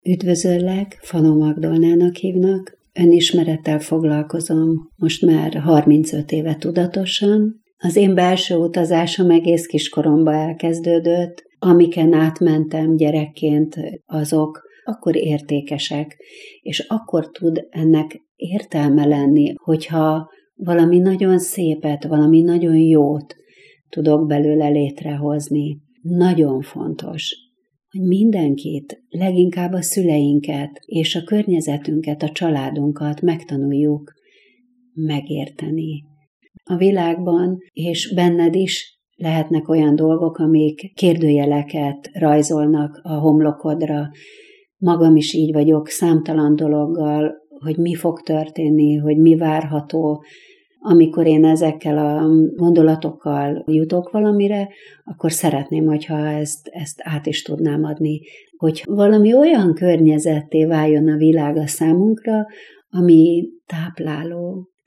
Üdvözöllek, Fanó Magdolnának hívnak, önismerettel foglalkozom most már 35 éve tudatosan. Az én belső utazásom egész kiskoromban elkezdődött, amiken átmentem gyerekként, azok akkor értékesek, és akkor tud ennek értelme lenni, hogyha valami nagyon szépet, valami nagyon jót tudok belőle létrehozni. Nagyon fontos, hogy mindenkit, leginkább a szüleinket és a környezetünket, a családunkat megtanuljuk megérteni. A világban és benned is lehetnek olyan dolgok, amik kérdőjeleket rajzolnak a homlokodra. Magam is így vagyok számtalan dologgal, hogy mi fog történni, hogy mi várható. Amikor én ezekkel a gondolatokkal jutok valamire, akkor szeretném, hogyha ezt át is tudnám adni. Hogy valami olyan környezetté váljon a világ a számunkra, ami tápláló,